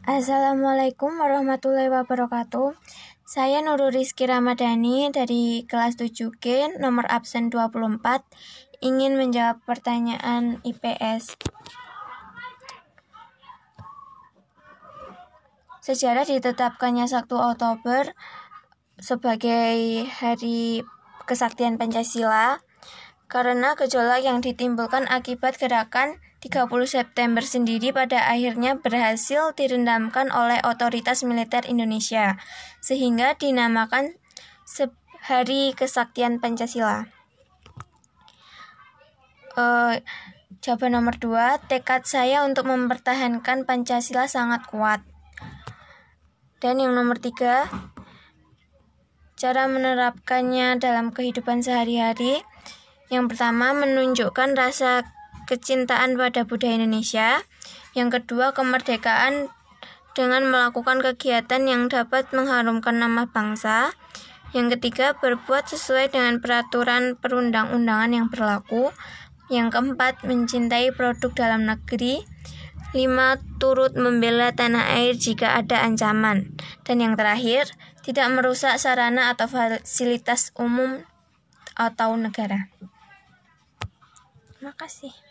Assalamualaikum warahmatullahi wabarakatuh. Saya Nurul Rizky Ramadhani dari kelas 7G, nomor absen 24, ingin menjawab pertanyaan IPS. Sejarah ditetapkannya 1 Oktober sebagai Hari Kesaktian Pancasila karena gejolak yang ditimbulkan akibat gerakan 30 September sendiri pada akhirnya berhasil direndamkan oleh otoritas militer Indonesia, sehingga dinamakan Hari Kesaktian Pancasila. Jawaban nomor 2, tekad saya untuk mempertahankan Pancasila sangat kuat. Dan yang nomor 3, cara menerapkannya dalam kehidupan sehari-hari. Yang pertama, menunjukkan rasa kecintaan pada budaya Indonesia. Yang kedua, kemerdekaan dengan melakukan kegiatan yang dapat mengharumkan nama bangsa. Yang ketiga, berbuat sesuai dengan peraturan perundang-undangan yang berlaku. Yang keempat, mencintai produk dalam negeri. 5, turut membela tanah air jika ada ancaman. Dan yang terakhir, tidak merusak sarana atau fasilitas umum atau negara. Terima kasih.